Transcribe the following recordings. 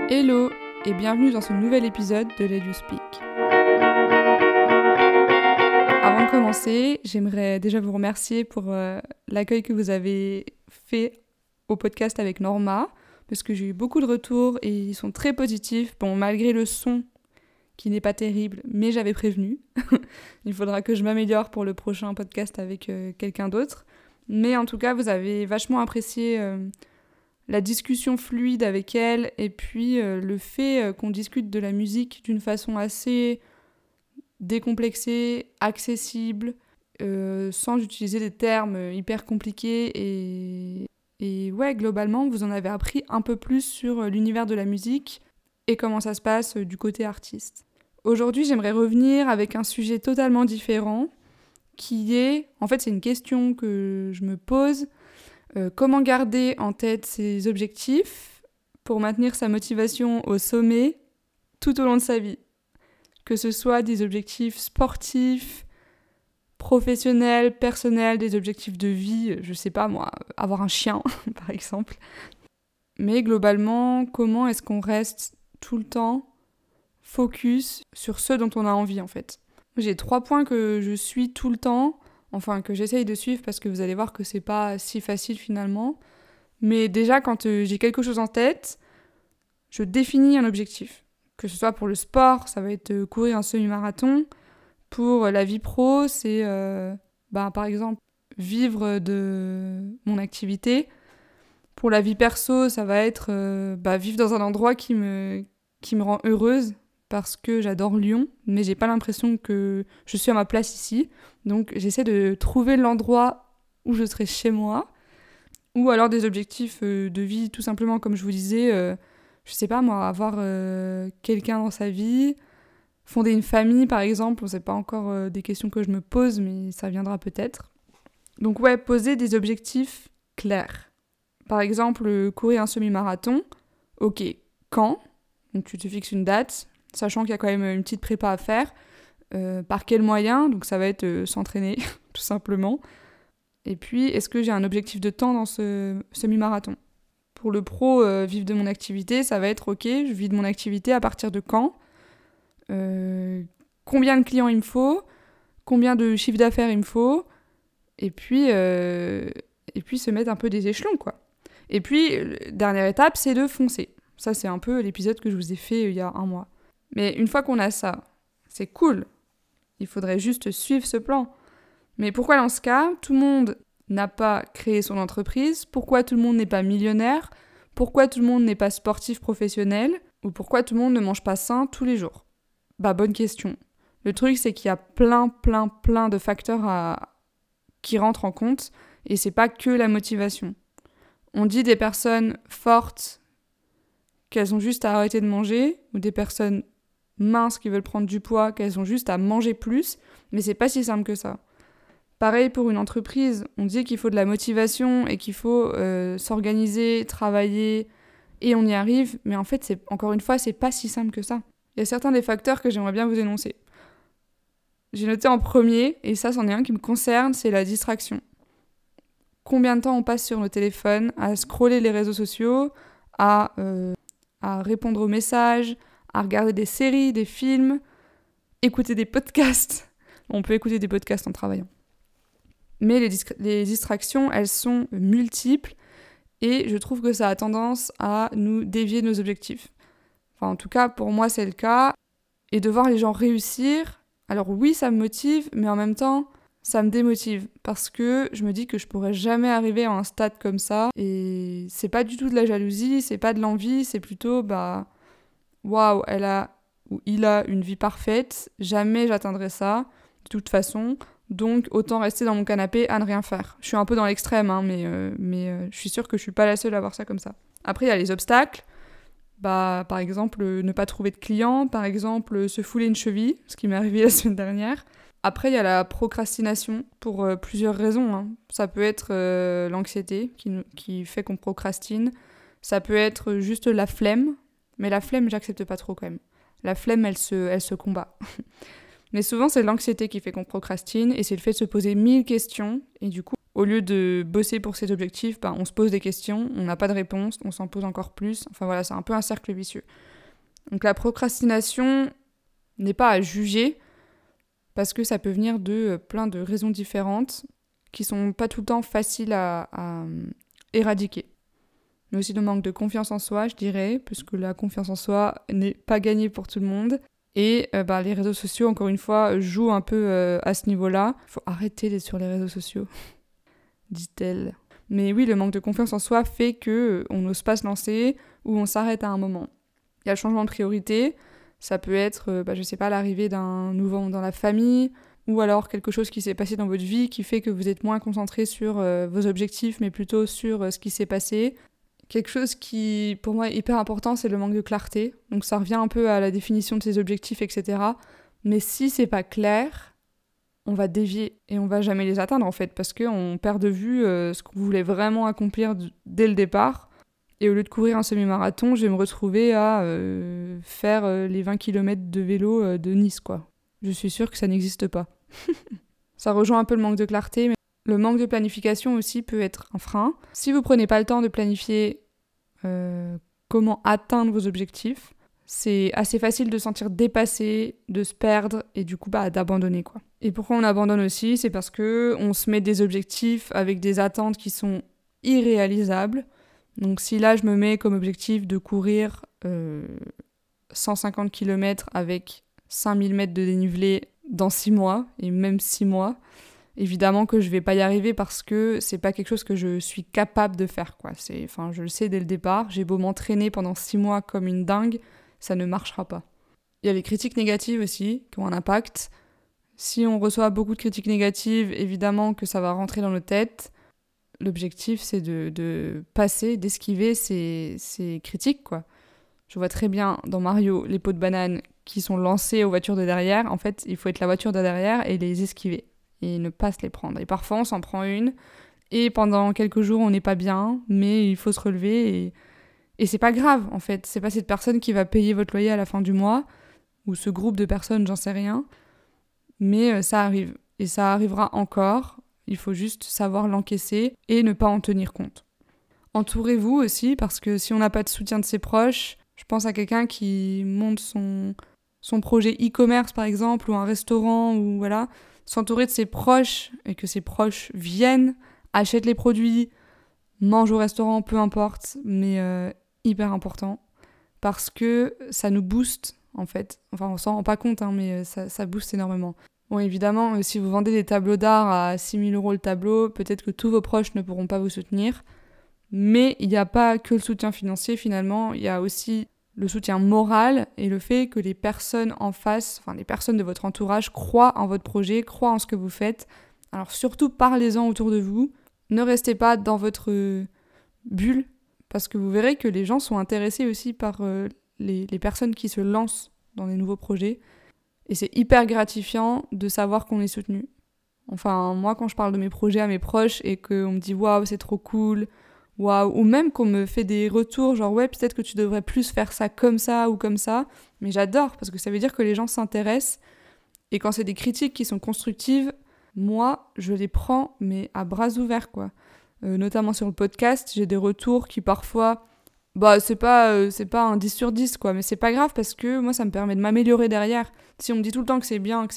Hello et bienvenue dans ce nouvel épisode de Let You Speak. Avant de commencer, j'aimerais déjà vous remercier pour l'accueil que vous avez fait au podcast avec Norma, parce que j'ai eu beaucoup de retours et ils sont très positifs. Bon, malgré le son qui n'est pas terrible, mais j'avais prévenu. Il faudra que je m'améliore pour le prochain podcast avec quelqu'un d'autre. Mais en tout cas, vous avez vachement apprécié la discussion fluide avec elle et puis le fait qu'on discute de la musique d'une façon assez décomplexée, accessible, sans utiliser des termes hyper compliqués. Et ouais, globalement, vous en avez appris un peu plus sur l'univers de la musique et comment ça se passe du côté artiste. Aujourd'hui, j'aimerais revenir avec un sujet totalement différent qui est, en fait, c'est une question que je me pose, comment garder en tête ses objectifs pour maintenir sa motivation au sommet tout au long de sa vie. Que ce soit des objectifs sportifs, professionnels, personnels, des objectifs de vie, je sais pas moi, avoir un chien par exemple. Mais globalement, comment est-ce qu'on reste tout le temps focus sur ce dont on a envie en fait. J'ai 3 points que je suis tout le temps, enfin que j'essaye de suivre parce que vous allez voir que c'est pas si facile finalement. Mais déjà quand j'ai quelque chose en tête, je définis un objectif. Que ce soit pour le sport, ça va être courir un semi-marathon. Pour la vie pro, c'est par exemple vivre de mon activité. Pour la vie perso, ça va être vivre dans un endroit qui me rend heureuse parce que j'adore Lyon, mais j'ai pas l'impression que je suis à ma place ici. Donc j'essaie de trouver l'endroit où je serai chez moi. Ou alors des objectifs de vie, tout simplement, comme je vous disais, je sais pas moi, avoir quelqu'un dans sa vie, fonder une famille par exemple, c'est pas encore des questions que je me pose, mais ça viendra peut-être. Donc ouais, poser des objectifs clairs. Par exemple, courir un semi-marathon, ok, quand ? Donc tu te fixes une date, sachant qu'il y a quand même une petite prépa à faire. Par quel moyen ? Donc ça va être s'entraîner, tout simplement. Et puis, est-ce que j'ai un objectif de temps dans ce semi-marathon ? Pour le pro, vivre de mon activité, ça va être ok, je vis de mon activité à partir de quand ? Combien de clients il me faut ? Combien de chiffre d'affaires il me faut ? Et puis se mettre un peu des échelons, quoi. Et puis, dernière étape, c'est de foncer. Ça, c'est un peu l'épisode que je vous ai fait il y a 1 mois. Mais une fois qu'on a ça, c'est cool. Il faudrait juste suivre ce plan. Mais pourquoi dans ce cas, tout le monde n'a pas créé son entreprise ? Pourquoi tout le monde n'est pas millionnaire ? Pourquoi tout le monde n'est pas sportif professionnel ? Ou pourquoi tout le monde ne mange pas sain tous les jours ? Bonne question. Le truc, c'est qu'il y a plein de facteurs qui rentrent en compte. Et c'est pas que la motivation. On dit des personnes fortes qu'elles ont juste à arrêter de manger, ou des personnes minces qui veulent prendre du poids, qu'elles ont juste à manger plus, mais c'est pas si simple que ça. Pareil pour une entreprise, on dit qu'il faut de la motivation et qu'il faut s'organiser, travailler, et on y arrive, mais en fait, encore une fois, c'est pas si simple que ça. Il y a certains des facteurs que j'aimerais bien vous énoncer. J'ai noté en premier, et ça, c'en est un qui me concerne, c'est la distraction. Combien de temps on passe sur nos téléphones à scroller les réseaux sociaux, à répondre aux messages, à regarder des séries, des films, écouter des podcasts. On peut écouter des podcasts en travaillant. Mais les distractions, elles sont multiples et je trouve que ça a tendance à nous dévier de nos objectifs. Enfin, en tout cas, pour moi, c'est le cas. Et de voir les gens réussir, alors oui, ça me motive, mais en même temps, ça me démotive parce que je me dis que je pourrais jamais arriver à un stade comme ça. Et c'est pas du tout de la jalousie, c'est pas de l'envie, c'est plutôt, waouh, elle a ou il a une vie parfaite, jamais j'atteindrai ça, de toute façon. Donc autant rester dans mon canapé à ne rien faire. Je suis un peu dans l'extrême, mais je suis sûre que je suis pas la seule à voir ça comme ça. Après, il y a les obstacles. Par exemple, ne pas trouver de clients, par exemple, se fouler une cheville, ce qui m'est arrivé la semaine dernière. Après, il y a la procrastination, pour plusieurs raisons. Ça peut être l'anxiété qui fait qu'on procrastine. Ça peut être juste la flemme. Mais la flemme, j'accepte pas trop quand même. La flemme, elle se combat. Mais souvent, c'est l'anxiété qui fait qu'on procrastine et c'est le fait de se poser 1000 questions. Et du coup, Au lieu de bosser pour cet objectif, on se pose des questions, on n'a pas de réponse, on s'en pose encore plus. Enfin voilà, c'est un peu un cercle vicieux. Donc la procrastination n'est pas à juger parce que ça peut venir de plein de raisons différentes qui sont pas tout le temps faciles à éradiquer. Mais aussi le manque de confiance en soi, je dirais, puisque la confiance en soi n'est pas gagnée pour tout le monde. Et les réseaux sociaux, encore une fois, jouent un peu à ce niveau-là. Il faut arrêter d'être sur les réseaux sociaux, dit-elle. Mais oui, le manque de confiance en soi fait qu'on n'ose pas se lancer ou on s'arrête à un moment. Il y a le changement de priorité. Ça peut être, l'arrivée d'un nouveau dans la famille, ou alors quelque chose qui s'est passé dans votre vie qui fait que vous êtes moins concentré sur vos objectifs, mais plutôt sur ce qui s'est passé. Quelque chose qui, pour moi, est hyper important, c'est le manque de clarté. Donc ça revient un peu à la définition de ses objectifs, etc. Mais si c'est pas clair, on va dévier et on va jamais les atteindre, en fait, parce qu'on perd de vue ce qu'on voulait vraiment accomplir dès le départ. Et au lieu de courir un semi-marathon, je vais me retrouver à faire les 20 km de vélo de Nice, quoi. Je suis sûre que ça n'existe pas. Ça rejoint un peu le manque de clarté, mais le manque de planification aussi peut être un frein. Si vous prenez pas le temps de planifier comment atteindre vos objectifs, c'est assez facile de se sentir dépassé, de se perdre et du coup d'abandonner, quoi. Et pourquoi on abandonne aussi, c'est parce que on se met des objectifs avec des attentes qui sont irréalisables. Donc si là je me mets comme objectif de courir 150 km avec 5000 mètres de dénivelé dans 6 mois, et même 6 mois, évidemment que je vais pas y arriver parce que c'est pas quelque chose que je suis capable de faire, quoi. Je le sais dès le départ, j'ai beau m'entraîner pendant 6 mois comme une dingue, ça ne marchera pas. Il y a les critiques négatives aussi qui ont un impact. Si on reçoit beaucoup de critiques négatives, évidemment que ça va rentrer dans nos têtes. L'objectif, c'est de passer, d'esquiver ces critiques, quoi. Je vois très bien dans Mario les pots de banane qui sont lancés aux voitures de derrière. En fait, il faut être la voiture de derrière et les esquiver et ne pas se les prendre. Et parfois, on s'en prend une et pendant quelques jours, on n'est pas bien, mais il faut se relever et c'est pas grave, en fait. C'est pas cette personne qui va payer votre loyer à la fin du mois ou ce groupe de personnes, j'en sais rien. Mais ça arrive et ça arrivera encore. Il faut juste savoir l'encaisser et ne pas en tenir compte. Entourez-vous aussi, parce que si on n'a pas de soutien de ses proches, je pense à quelqu'un qui monte son projet e-commerce par exemple, ou un restaurant, ou voilà, s'entourer de ses proches et que ses proches viennent, achètent les produits, mangent au restaurant, peu importe, mais hyper important, parce que ça nous booste en fait. Enfin, on s'en rend pas compte, mais ça booste énormément. Bon, évidemment, si vous vendez des tableaux d'art à 6 000 € le tableau, peut-être que tous vos proches ne pourront pas vous soutenir. Mais il n'y a pas que le soutien financier, finalement. Il y a aussi le soutien moral et le fait que les personnes en face, enfin les personnes de votre entourage, croient en votre projet, croient en ce que vous faites. Alors surtout, parlez-en autour de vous. Ne restez pas dans votre bulle, parce que vous verrez que les gens sont intéressés aussi par les personnes qui se lancent dans des nouveaux projets. Et c'est hyper gratifiant de savoir qu'on est soutenu. Enfin, moi, quand je parle de mes projets à mes proches et qu'on me dit « Waouh, c'est trop cool », waouh, ou même qu'on me fait des retours genre « Ouais, peut-être que tu devrais plus faire ça ou comme ça », mais j'adore parce que ça veut dire que les gens s'intéressent. Et quand c'est des critiques qui sont constructives, moi, je les prends, mais à bras ouverts, quoi. Notamment sur le podcast, j'ai des retours qui parfois... c'est pas un 10 sur 10, quoi, mais c'est pas grave parce que moi, ça me permet de m'améliorer derrière. Si on me dit tout le temps que c'est bien,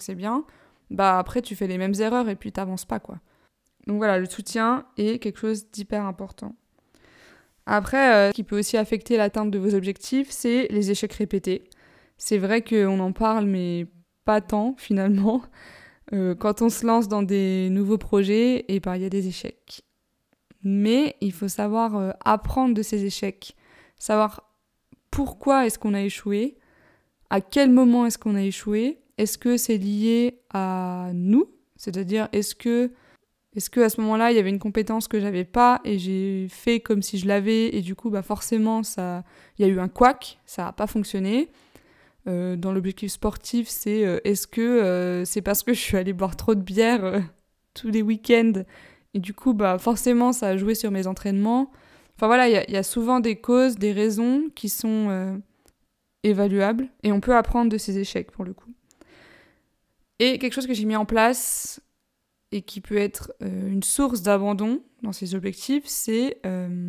après, tu fais les mêmes erreurs et puis t'avances pas, quoi. Donc voilà, le soutien est quelque chose d'hyper important. Après, ce qui peut aussi affecter l'atteinte de vos objectifs, c'est les échecs répétés. C'est vrai qu'on en parle, mais pas tant, finalement. Quand on se lance dans des nouveaux projets, il y a des échecs. Mais il faut savoir apprendre de ces échecs, savoir pourquoi est-ce qu'on a échoué, à quel moment est-ce qu'on a échoué, est-ce que c'est lié à nous, c'est-à-dire est-ce que à ce moment-là il y avait une compétence que j'avais pas et j'ai fait comme si je l'avais et du coup forcément il y a eu un couac, ça n'a pas fonctionné. Dans l'objectif sportif, c'est est-ce que c'est parce que je suis allée boire trop de bière tous les week-ends et du coup, forcément, ça a joué sur mes entraînements. Enfin voilà, il y a souvent des causes, des raisons qui sont évaluables. Et on peut apprendre de ces échecs, pour le coup. Et quelque chose que j'ai mis en place, et qui peut être une source d'abandon dans ces objectifs, c'est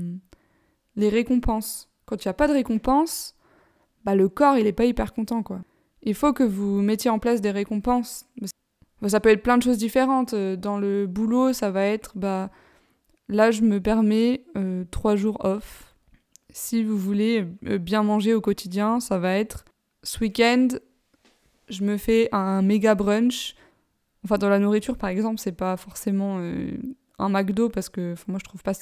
les récompenses. Quand il n'y a pas de récompense, le corps, il n'est pas hyper content, quoi. Il faut que vous mettiez en place des récompenses. Ça peut être plein de choses différentes. Dans le boulot, ça va être, là, je me permets 3 jours off. Si vous voulez bien manger au quotidien, ça va être, ce week-end, je me fais un méga brunch. Enfin, dans la nourriture, par exemple, c'est pas forcément un McDo, parce que moi, je trouve pas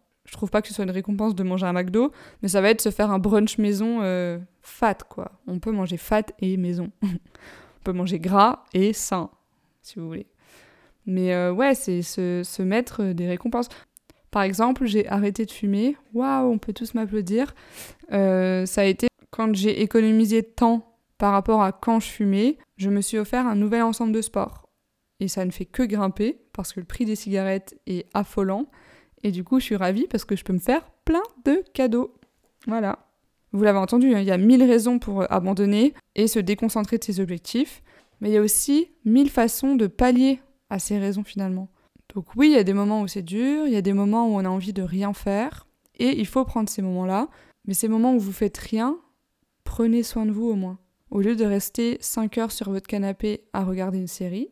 que ce soit une récompense de manger un McDo, mais ça va être se faire un brunch maison fat, quoi. On peut manger fat et maison. On peut manger gras et sain, si vous voulez. Mais c'est se mettre des récompenses. Par exemple, j'ai arrêté de fumer. Waouh, on peut tous m'applaudir. Ça a été quand j'ai économisé de temps par rapport à quand je fumais, je me suis offert un nouvel ensemble de sport. Et ça ne fait que grimper, parce que le prix des cigarettes est affolant. Et du coup, je suis ravie parce que je peux me faire plein de cadeaux. Voilà. Vous l'avez entendu, il y a 1000 raisons pour abandonner et se déconcentrer de ses objectifs. Mais il y a aussi 1000 façons de pallier à ces raisons finalement. Donc oui, il y a des moments où c'est dur, il y a des moments où on a envie de rien faire. Et il faut prendre ces moments-là. Mais ces moments où vous faites rien, prenez soin de vous au moins. Au lieu de rester 5 heures sur votre canapé à regarder une série,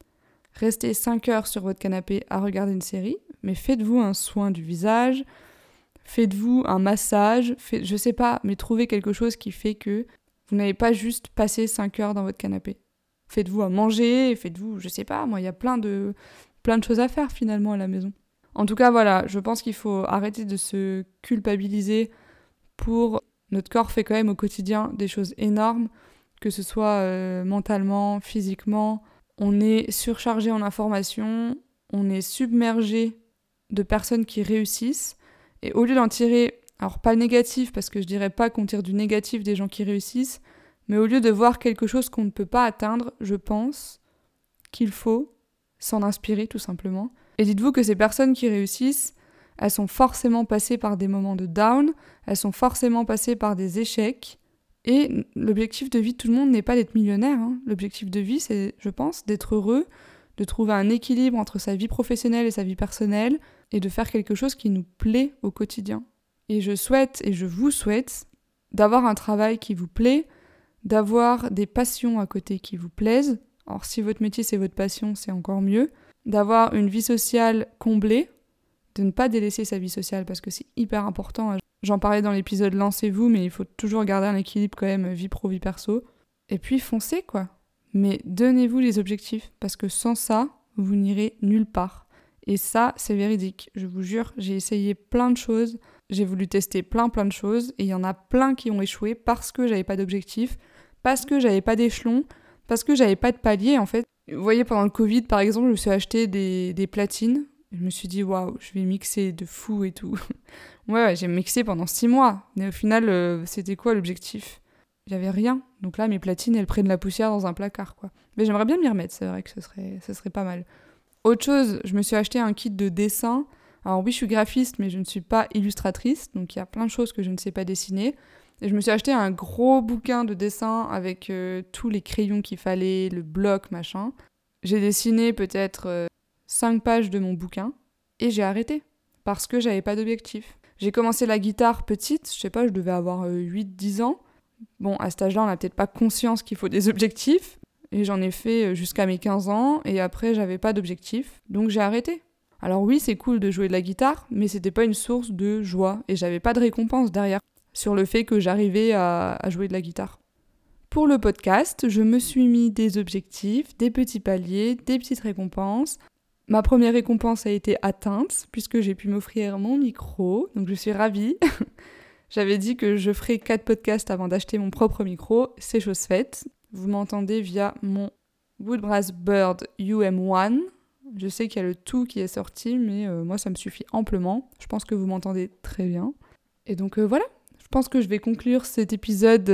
restez 5 heures sur votre canapé à regarder une série, mais faites-vous un soin du visage, faites-vous un massage, je sais pas, mais trouvez quelque chose qui fait que vous n'avez pas juste passé 5 heures dans votre canapé. Faites-vous à manger, faites-vous, je sais pas, moi, il y a plein de choses à faire finalement à la maison. En tout cas, voilà, je pense qu'il faut arrêter de se culpabiliser pour... Notre corps fait quand même au quotidien des choses énormes, que ce soit mentalement, physiquement. On est surchargé en informations, on est submergé de personnes qui réussissent. Et au lieu d'en tirer, alors pas négatif, parce que je dirais pas qu'on tire du négatif des gens qui réussissent, mais au lieu de voir quelque chose qu'on ne peut pas atteindre, je pense qu'il faut s'en inspirer tout simplement. Et dites-vous que ces personnes qui réussissent, elles sont forcément passées par des moments de down, elles sont forcément passées par des échecs. Et l'objectif de vie de tout le monde n'est pas d'être millionnaire. L'objectif de vie, c'est, je pense, d'être heureux, de trouver un équilibre entre sa vie professionnelle et sa vie personnelle, et de faire quelque chose qui nous plaît au quotidien. Et je vous souhaite d'avoir un travail qui vous plaît, d'avoir des passions à côté qui vous plaisent. Alors si votre métier c'est votre passion, c'est encore mieux. D'avoir une vie sociale comblée, de ne pas délaisser sa vie sociale parce que c'est hyper important. J'en parlais dans l'épisode Lancez-vous, mais il faut toujours garder un équilibre quand même vie pro, vie perso. Et puis foncez quoi. Mais donnez-vous les objectifs parce que sans ça, vous n'irez nulle part. Et ça, c'est véridique. Je vous jure, j'ai essayé plein de choses. J'ai voulu tester plein de choses. Et il y en a plein qui ont échoué parce que j'avais pas d'objectif, parce que j'avais pas d'échelon, parce que j'avais pas de palier en fait. Vous voyez, pendant le Covid, par exemple, je me suis acheté des platines. Je me suis dit, waouh, je vais mixer de fou et tout. Ouais, j'ai mixé pendant 6 mois. Mais au final, c'était quoi l'objectif ? J'avais rien. Donc là, mes platines, elles prennent la poussière dans un placard, quoi. Mais j'aimerais bien m'y remettre, c'est vrai que ce serait pas mal. Autre chose, je me suis acheté un kit de dessin. Alors oui, je suis graphiste, mais je ne suis pas illustratrice. Donc il y a plein de choses que je ne sais pas dessiner. Et je me suis acheté un gros bouquin de dessin avec tous les crayons qu'il fallait, le bloc, machin. J'ai dessiné peut-être 5 pages de mon bouquin et j'ai arrêté parce que j'avais pas d'objectif. J'ai commencé la guitare petite, je sais pas, je devais avoir 8-10 ans. Bon, à cet âge-là, on n'a peut-être pas conscience qu'il faut des objectifs. Et j'en ai fait jusqu'à mes 15 ans et après, j'avais pas d'objectif. Donc j'ai arrêté. Alors oui, c'est cool de jouer de la guitare, mais c'était pas une source de joie et j'avais pas de récompense derrière sur le fait que j'arrivais à jouer de la guitare. Pour le podcast, je me suis mis des objectifs, des petits paliers, des petites récompenses. Ma première récompense a été atteinte puisque j'ai pu m'offrir mon micro, donc je suis ravie. J'avais dit que je ferais 4 podcasts avant d'acheter mon propre micro, c'est chose faite. Vous m'entendez via mon Woodbrass Bird UM1. Je sais qu'il y a le tout qui est sorti, mais moi ça me suffit amplement. Je pense que vous m'entendez très bien. Et donc voilà, je pense que je vais conclure cet épisode,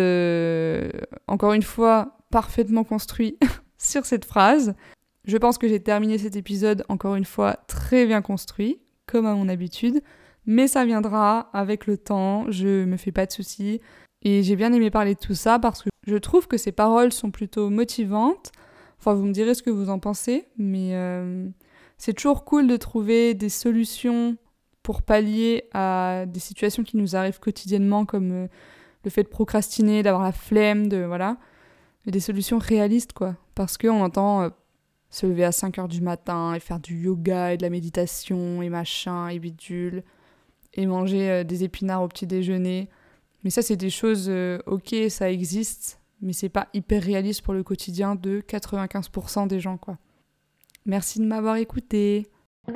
encore une fois, parfaitement construit sur cette phrase. Je pense que j'ai terminé cet épisode, encore une fois, très bien construit, comme à mon habitude. Mais ça viendra avec le temps, je me fais pas de soucis. Et j'ai bien aimé parler de tout ça parce que je trouve que ces paroles sont plutôt motivantes. Enfin, vous me direz ce que vous en pensez, mais c'est toujours cool de trouver des solutions pour pallier à des situations qui nous arrivent quotidiennement, comme le fait de procrastiner, d'avoir la flemme, voilà. Mais des solutions réalistes, quoi. Parce qu'on entend se lever à 5h du matin et faire du yoga et de la méditation et machin et bidule et manger des épinards au petit déjeuner. Mais ça, c'est des choses, ok, ça existe, mais c'est pas hyper réaliste pour le quotidien de 95% des gens, quoi. Merci de m'avoir écouté.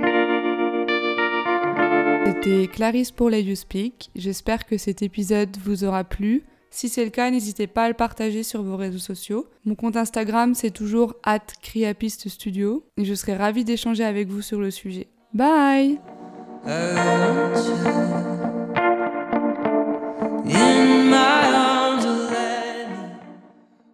C'était Clarisse pour Let You Speak. J'espère que cet épisode vous aura plu. Si c'est le cas, n'hésitez pas à le partager sur vos réseaux sociaux. Mon compte Instagram, c'est toujours @criapiststudio et je serai ravie d'échanger avec vous sur le sujet. Bye!